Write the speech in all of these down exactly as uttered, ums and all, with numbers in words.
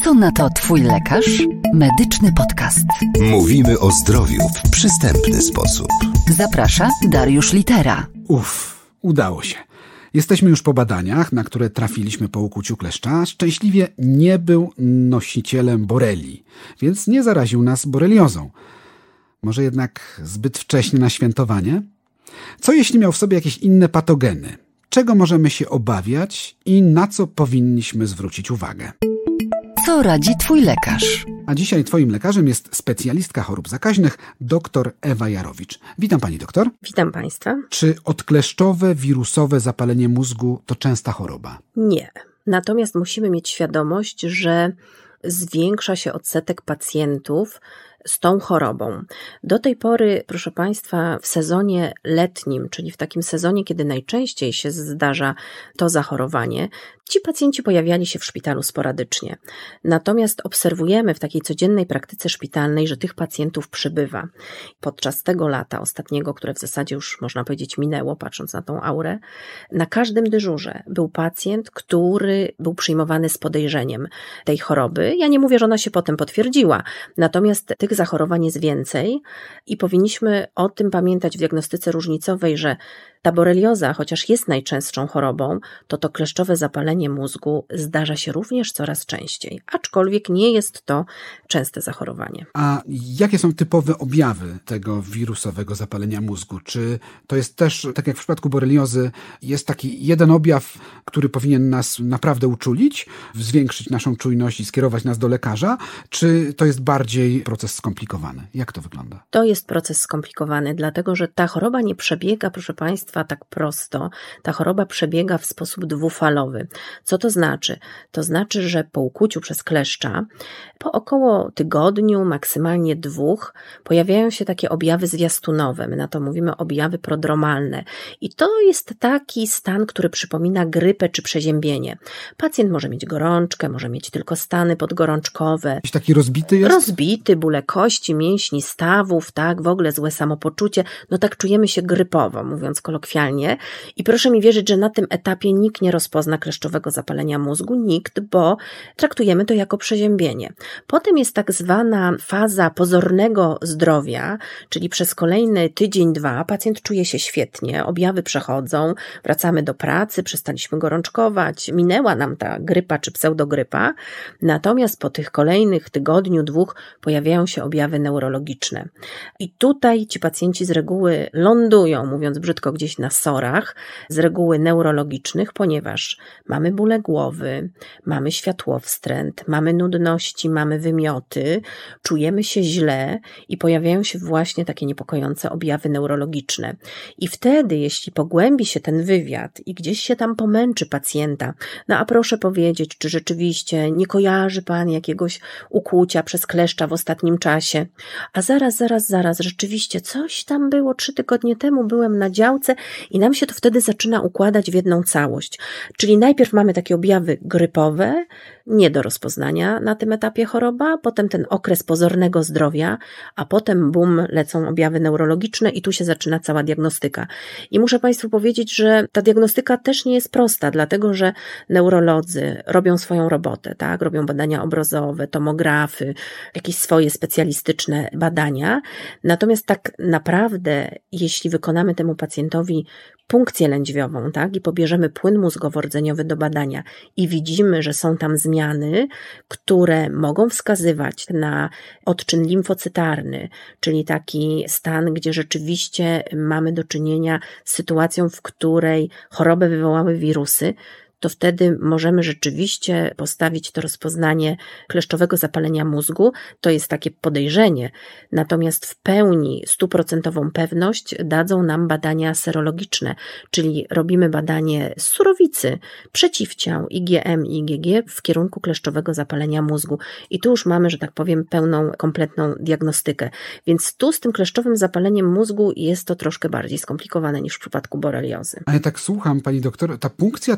Co na to twój lekarz? Medyczny podcast. Mówimy o zdrowiu w przystępny sposób. Zaprasza Dariusz Litera. Uff, udało się. Jesteśmy już po badaniach, na które trafiliśmy po ukłuciu kleszcza. Szczęśliwie nie był nosicielem borelii, więc nie zaraził nas boreliozą. Może jednak zbyt wcześnie na świętowanie? Co jeśli miał w sobie jakieś inne patogeny? Czego możemy się obawiać i na co powinniśmy zwrócić uwagę? Co radzi twój lekarz? A dzisiaj twoim lekarzem jest specjalistka chorób zakaźnych, dr Ewa Jarowicz. Witam pani doktor. Witam państwa. Czy odkleszczowe, wirusowe zapalenie mózgu to częsta choroba? Nie. Natomiast musimy mieć świadomość, że zwiększa się odsetek pacjentów z tą chorobą. Do tej pory, proszę państwa, w sezonie letnim, czyli w takim sezonie, kiedy najczęściej się zdarza to zachorowanie, ci pacjenci pojawiali się w szpitalu sporadycznie. Natomiast obserwujemy w takiej codziennej praktyce szpitalnej, że tych pacjentów przybywa. Podczas tego lata ostatniego, które w zasadzie już można powiedzieć minęło, patrząc na tą aurę, na każdym dyżurze był pacjent, który był przyjmowany z podejrzeniem tej choroby. Ja nie mówię, że ona się potem potwierdziła, natomiast tych zachorowań jest więcej i powinniśmy o tym pamiętać w diagnostyce różnicowej, że ta borelioza, chociaż jest najczęstszą chorobą, to to kleszczowe zapalenie mózgu zdarza się również coraz częściej, aczkolwiek nie jest to częste zachorowanie. A jakie są typowe objawy tego wirusowego zapalenia mózgu? Czy to jest też, tak jak w przypadku boreliozy, jest taki jeden objaw, który powinien nas naprawdę uczulić, zwiększyć naszą czujność i skierować nas do lekarza? Czy to jest bardziej proces skomplikowany? Jak to wygląda? To jest proces skomplikowany, dlatego że ta choroba nie przebiega, proszę państwa, tak prosto. Ta choroba przebiega w sposób dwufalowy. Co to znaczy? To znaczy, że po ukłuciu przez kleszcza po około tygodniu, maksymalnie dwóch, pojawiają się takie objawy zwiastunowe. My na to mówimy objawy prodromalne. I to jest taki stan, który przypomina grypę czy przeziębienie. Pacjent może mieć gorączkę, może mieć tylko stany podgorączkowe. Jakiś taki rozbity jest? Rozbity, bóle kości, mięśni, stawów, tak, w ogóle złe samopoczucie. No tak czujemy się grypowo, mówiąc kolokwialnie. I proszę mi wierzyć, że na tym etapie nikt nie rozpozna kleszczowego zapalenia mózgu, nikt, bo traktujemy to jako przeziębienie. Potem jest tak zwana faza pozornego zdrowia, czyli przez kolejny tydzień, dwa pacjent czuje się świetnie, objawy przechodzą, wracamy do pracy, przestaliśmy gorączkować, minęła nam ta grypa czy pseudogrypa, natomiast po tych kolejnych tygodniu, dwóch pojawiają się objawy neurologiczne. I tutaj ci pacjenci z reguły lądują, mówiąc brzydko, gdzieś na sorach, z reguły neurologicznych, ponieważ mamy bóle głowy, mamy światłowstręt, mamy nudności, mamy wymioty, czujemy się źle i pojawiają się właśnie takie niepokojące objawy neurologiczne. I wtedy, jeśli pogłębi się ten wywiad i gdzieś się tam pomęczy pacjenta, no a proszę powiedzieć, czy rzeczywiście nie kojarzy pan jakiegoś ukłucia przez kleszcza w ostatnim czasie, a zaraz, zaraz, zaraz, rzeczywiście coś tam było, trzy tygodnie temu byłem na działce i nam się to wtedy zaczyna układać w jedną całość. Czyli najpierw mamy takie objawy grypowe, nie do rozpoznania na tym etapie choroba, potem ten okres pozornego zdrowia, a potem bum, lecą objawy neurologiczne i tu się zaczyna cała diagnostyka. I muszę państwu powiedzieć, że ta diagnostyka też nie jest prosta, dlatego że neurolodzy robią swoją robotę, tak? Robią badania obrazowe, tomografy, jakieś swoje specjalistyczne badania. Natomiast tak naprawdę, jeśli wykonamy temu pacjentowi punkcję lędźwiową, tak, i pobierzemy płyn mózgowo-rdzeniowy do badania i widzimy, że są tam zmiany, które mogą wskazywać na odczyn limfocytarny, czyli taki stan, gdzie rzeczywiście mamy do czynienia z sytuacją, w której chorobę wywołały wirusy, to wtedy możemy rzeczywiście postawić to rozpoznanie kleszczowego zapalenia mózgu. To jest takie podejrzenie. Natomiast w pełni stuprocentową pewność dadzą nam badania serologiczne, czyli robimy badanie z surowicy, przeciwciał I G M i I G G w kierunku kleszczowego zapalenia mózgu. I tu już mamy, że tak powiem, pełną, kompletną diagnostykę. Więc tu z tym kleszczowym zapaleniem mózgu jest to troszkę bardziej skomplikowane niż w przypadku boreliozy. A ja tak słucham, pani doktor, ta punkcja to jest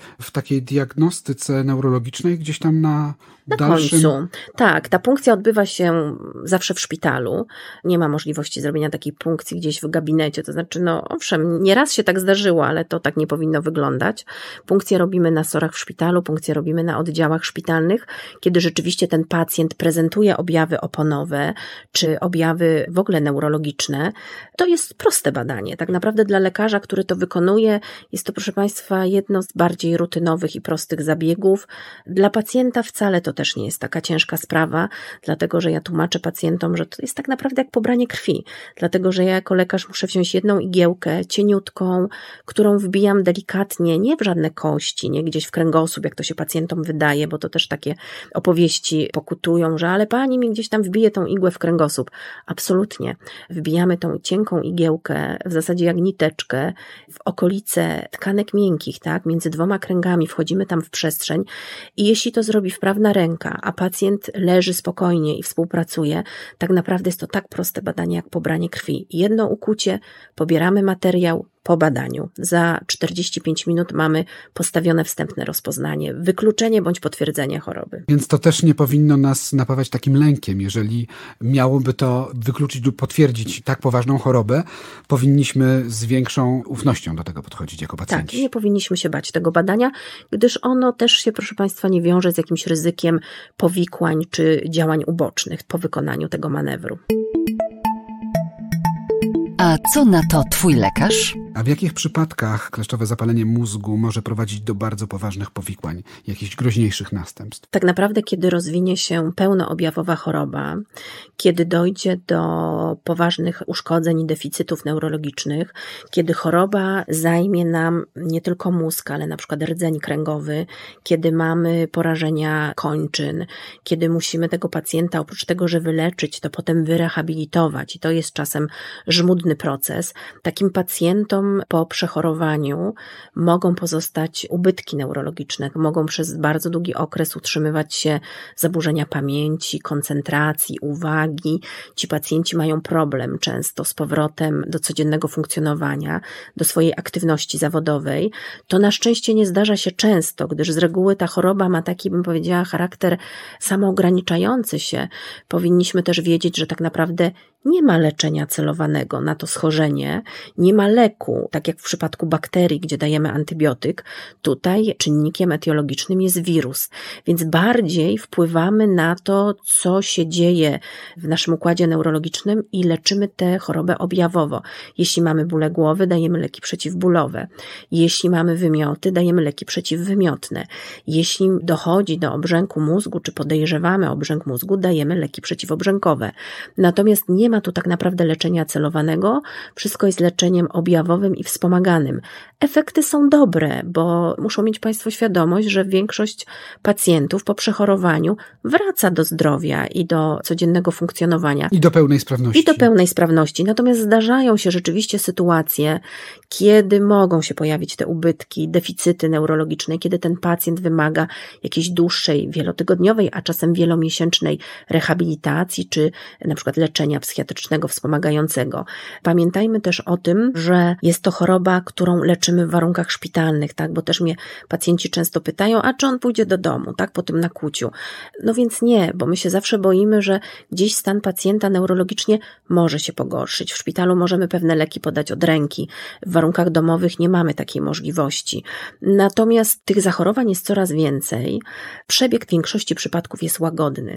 w takiej diagnostyce neurologicznej gdzieś tam na, na dalszym... końcu. Tak, ta punkcja odbywa się zawsze w szpitalu. Nie ma możliwości zrobienia takiej punkcji gdzieś w gabinecie. To znaczy, no owszem, nieraz się tak zdarzyło, ale to tak nie powinno wyglądać. Punkcję robimy na sorach w szpitalu, punkcję robimy na oddziałach szpitalnych, kiedy rzeczywiście ten pacjent prezentuje objawy oponowe, czy objawy w ogóle neurologiczne. To jest proste badanie. Tak naprawdę dla lekarza, który to wykonuje, jest to, proszę Państwa, jedno z bardziej rutynowych i prostych zabiegów. Dla pacjenta wcale to też nie jest taka ciężka sprawa, dlatego że ja tłumaczę pacjentom, że to jest tak naprawdę jak pobranie krwi, dlatego że ja jako lekarz muszę wziąć jedną igiełkę, cieniutką, którą wbijam delikatnie, nie w żadne kości, nie gdzieś w kręgosłup, jak to się pacjentom wydaje, bo to też takie opowieści pokutują, że ale pani mi gdzieś tam wbije tą igłę w kręgosłup. Absolutnie. Wbijamy tą cienką igiełkę, w zasadzie jak niteczkę, w okolice tkanek miękkich, tak, między dwoma kręgami, wchodzimy tam w przestrzeń i jeśli to zrobi wprawna ręka, a pacjent leży spokojnie i współpracuje, tak naprawdę jest to tak proste badanie jak pobranie krwi. Jedno ukucie, pobieramy materiał, po badaniu. Za czterdzieści pięć minut mamy postawione wstępne rozpoznanie, wykluczenie bądź potwierdzenie choroby. Więc to też nie powinno nas napawać takim lękiem. Jeżeli miałoby to wykluczyć lub potwierdzić tak poważną chorobę, powinniśmy z większą ufnością do tego podchodzić jako pacjenci. Tak, nie powinniśmy się bać tego badania, gdyż ono też się, proszę Państwa, nie wiąże z jakimś ryzykiem powikłań czy działań ubocznych po wykonaniu tego manewru. A co na to twój lekarz? A w jakich przypadkach kleszczowe zapalenie mózgu może prowadzić do bardzo poważnych powikłań, jakichś groźniejszych następstw? Tak naprawdę, kiedy rozwinie się pełnoobjawowa choroba, kiedy dojdzie do poważnych uszkodzeń i deficytów neurologicznych, kiedy choroba zajmie nam nie tylko mózg, ale na przykład rdzeń kręgowy, kiedy mamy porażenia kończyn, kiedy musimy tego pacjenta oprócz tego, że wyleczyć, to potem wyrehabilitować i to jest czasem żmudny proces. Takim pacjentom po przechorowaniu mogą pozostać ubytki neurologiczne, mogą przez bardzo długi okres utrzymywać się zaburzenia pamięci, koncentracji, uwagi. Ci pacjenci mają problem często z powrotem do codziennego funkcjonowania, do swojej aktywności zawodowej. To na szczęście nie zdarza się często, gdyż z reguły ta choroba ma taki, bym powiedziała, charakter samoograniczający się. Powinniśmy też wiedzieć, że tak naprawdę nie ma leczenia celowanego na to schorzenie, nie ma leku, tak jak w przypadku bakterii, gdzie dajemy antybiotyk. Tutaj czynnikiem etiologicznym jest wirus, więc bardziej wpływamy na to, co się dzieje w naszym układzie neurologicznym i leczymy tę chorobę objawowo. Jeśli mamy bóle głowy, dajemy leki przeciwbólowe. Jeśli mamy wymioty, dajemy leki przeciwwymiotne. Jeśli dochodzi do obrzęku mózgu, czy podejrzewamy obrzęk mózgu, dajemy leki przeciwobrzękowe. Natomiast nie ma tu tak naprawdę leczenia celowanego, wszystko jest leczeniem objawowym i wspomaganym. Efekty są dobre, bo muszą mieć Państwo świadomość, że większość pacjentów po przechorowaniu wraca do zdrowia i do codziennego funkcjonowania. I do pełnej sprawności. I do pełnej sprawności. Natomiast zdarzają się rzeczywiście sytuacje, kiedy mogą się pojawić te ubytki, deficyty neurologiczne, kiedy ten pacjent wymaga jakiejś dłuższej, wielotygodniowej, a czasem wielomiesięcznej rehabilitacji, czy na przykład leczenia psychiatrycznego wspomagającego. Pamiętajmy też o tym, że jest to choroba, którą leczymy w warunkach szpitalnych, tak, bo też mnie pacjenci często pytają, a czy on pójdzie do domu, tak, po tym nakłuciu. No więc nie, bo my się zawsze boimy, że gdzieś stan pacjenta neurologicznie może się pogorszyć. W szpitalu możemy pewne leki podać od ręki. W warunkach domowych nie mamy takiej możliwości. Natomiast tych zachorowań jest coraz więcej. Przebieg w większości przypadków jest łagodny.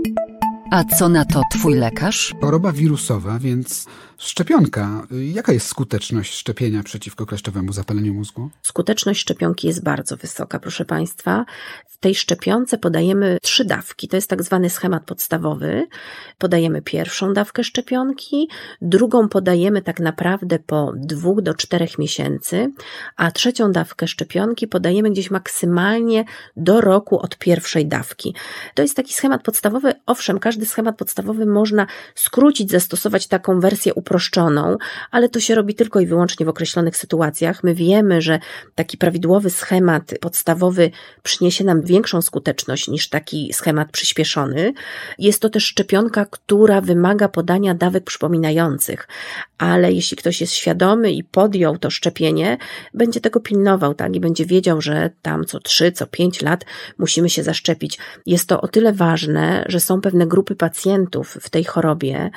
A co na to twój lekarz? Choroba wirusowa, więc szczepionka. Jaka jest skuteczność szczepienia przeciwko kleszczowemu zapaleniu mózgu? Skuteczność szczepionki jest bardzo wysoka, proszę Państwa. W tej szczepionce podajemy trzy dawki. To jest tak zwany schemat podstawowy. Podajemy pierwszą dawkę szczepionki, drugą podajemy tak naprawdę po dwóch do czterech miesięcy, a trzecią dawkę szczepionki podajemy gdzieś maksymalnie do roku od pierwszej dawki. To jest taki schemat podstawowy. Owszem, każdy każdy schemat podstawowy można skrócić, zastosować taką wersję uproszczoną, ale to się robi tylko i wyłącznie w określonych sytuacjach. My wiemy, że taki prawidłowy schemat podstawowy przyniesie nam większą skuteczność niż taki schemat przyspieszony. Jest to też szczepionka, która wymaga podania dawek przypominających, ale jeśli ktoś jest świadomy i podjął to szczepienie, będzie tego pilnował, tak, i będzie wiedział, że tam co trzy, co pięć lat musimy się zaszczepić. Jest to o tyle ważne, że są pewne grupy pacjentów w tej chorobie,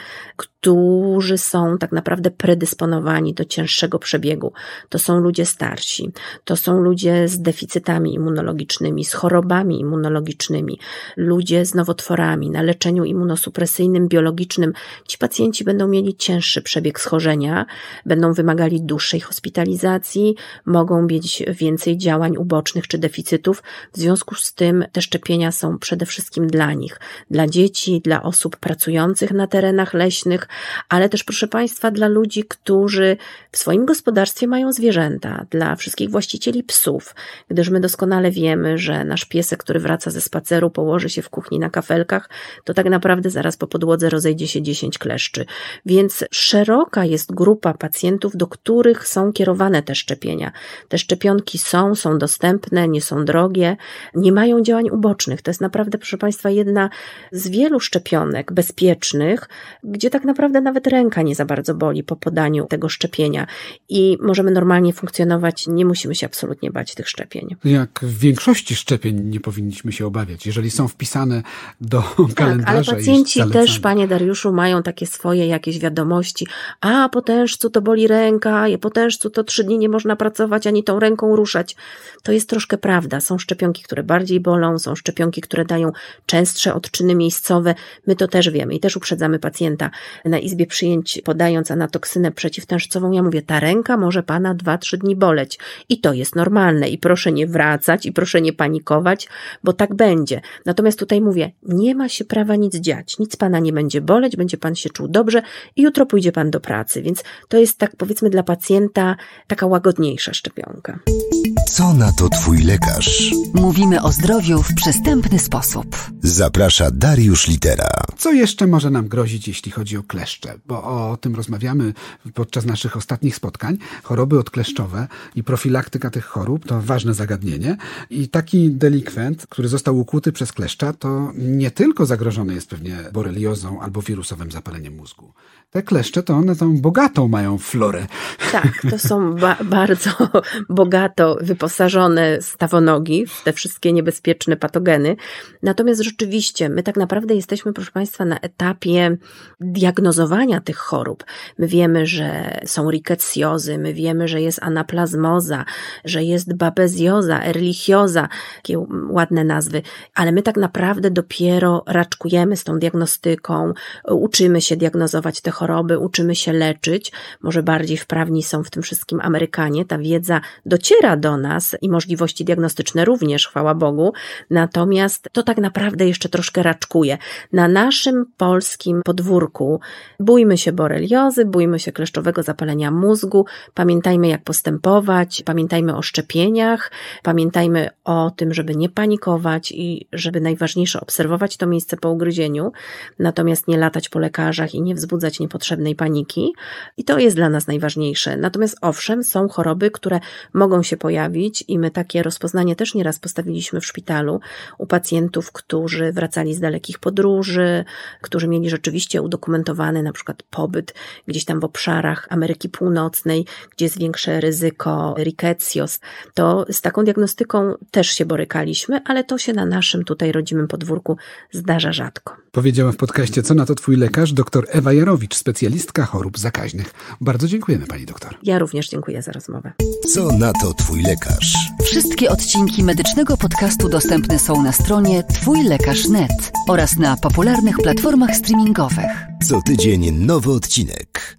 którzy są tak naprawdę predysponowani do cięższego przebiegu. To są ludzie starsi, to są ludzie z deficytami immunologicznymi, z chorobami immunologicznymi, ludzie z nowotworami, na leczeniu immunosupresyjnym, biologicznym. Ci pacjenci będą mieli cięższy przebieg schorzenia, będą wymagali dłuższej hospitalizacji, mogą mieć więcej działań ubocznych czy deficytów. W związku z tym te szczepienia są przede wszystkim dla nich, dla dzieci, dla osób pracujących na terenach leśnych, ale też, proszę Państwa, dla ludzi, którzy w swoim gospodarstwie mają zwierzęta, dla wszystkich właścicieli psów, gdyż my doskonale wiemy, że nasz piesek, który wraca ze spaceru, położy się w kuchni na kafelkach, to tak naprawdę zaraz po podłodze rozejdzie się dziesięć kleszczy. Więc szeroka jest grupa pacjentów, do których są kierowane te szczepienia. Te szczepionki są, są dostępne, nie są drogie, nie mają działań ubocznych. To jest naprawdę, proszę Państwa, jedna z wielu szczepionek bezpiecznych, gdzie tak naprawdę nawet ręka nie za bardzo boli po podaniu tego szczepienia i możemy normalnie funkcjonować, nie musimy się absolutnie bać tych szczepień. Jak w większości szczepień nie powinniśmy się obawiać, jeżeli są wpisane do kalendarza. Tak, ale pacjenci też, panie Dariuszu, mają takie swoje jakieś wiadomości, a po tężcu to boli ręka, po tężcu to trzy dni nie można pracować, ani tą ręką ruszać. To jest troszkę prawda. Są szczepionki, które bardziej bolą, są szczepionki, które dają częstsze odczyny miejscowe. My to też wiemy i też uprzedzamy pacjenta. Na izbie przyjęć, podając anatoksynę przeciwtężcową, ja mówię, ta ręka może pana dwa, trzy dni boleć i to jest normalne i proszę nie wracać i proszę nie panikować, bo tak będzie. Natomiast tutaj mówię, nie ma się prawa nic dziać, nic pana nie będzie boleć, będzie pan się czuł dobrze i jutro pójdzie pan do pracy, więc to jest tak, powiedzmy, dla pacjenta taka łagodniejsza szczepionka. Co na to twój lekarz? Mówimy o zdrowiu w przystępny sposób. Zaprasza Dariusz Litera. Co jeszcze może nam grozić, jeśli chodzi o kleszcze? Bo o tym rozmawiamy podczas naszych ostatnich spotkań. Choroby odkleszczowe i profilaktyka tych chorób to ważne zagadnienie. I taki delikwent, który został ukuty przez kleszcza, to nie tylko zagrożony jest pewnie boreliozą albo wirusowym zapaleniem mózgu. Te kleszcze to one tą bogatą mają florę. Tak, to są ba- bardzo bogato wyposażone stawonogi w te wszystkie niebezpieczne patogeny. Natomiast rzeczywiście my tak naprawdę jesteśmy, proszę Państwa, na etapie diagnozowania tych chorób. My wiemy, że są rikecjozy, my wiemy, że jest anaplazmoza, że jest babezjoza, erlichioza, takie ładne nazwy, ale my tak naprawdę dopiero raczkujemy z tą diagnostyką, uczymy się diagnozować te choroby, uczymy się leczyć. Może bardziej wprawni są w tym wszystkim Amerykanie. Ta wiedza dociera do nas i możliwości diagnostyczne również, chwała Bogu. Natomiast to tak naprawdę jeszcze troszkę raczkuje. Na naszym polskim podwórku bójmy się boreliozy, bójmy się kleszczowego zapalenia mózgu, pamiętajmy jak postępować, pamiętajmy o szczepieniach, pamiętajmy o tym, żeby nie panikować i żeby najważniejsze obserwować to miejsce po ugryzieniu, natomiast nie latać po lekarzach i nie wzbudzać niepotrzebnej paniki. I to jest dla nas najważniejsze. Natomiast owszem, są choroby, które mogą się pojawić i my takie rozpoznanie też nieraz postawiliśmy w szpitalu u pacjentów, którzy wracali z dalekich podróży, którzy mieli rzeczywiście udokumentowany na przykład pobyt gdzieś tam w obszarach Ameryki Północnej, gdzie jest większe ryzyko rikecjoz. To z taką diagnostyką też się borykaliśmy, ale to się na naszym tutaj rodzimym podwórku zdarza rzadko. Powiedziała w podcaście Co na to twój lekarz dr Ewa Jarowicz, specjalistka chorób zakaźnych. Bardzo dziękujemy pani doktor. Ja również dziękuję za rozmowę. Co na to twój lekarz? Wszystkie odcinki medycznego podcastu dostępne są na stronie twój lekarz kropka net oraz na popularnych platformach streamingowych. Co tydzień nowy odcinek.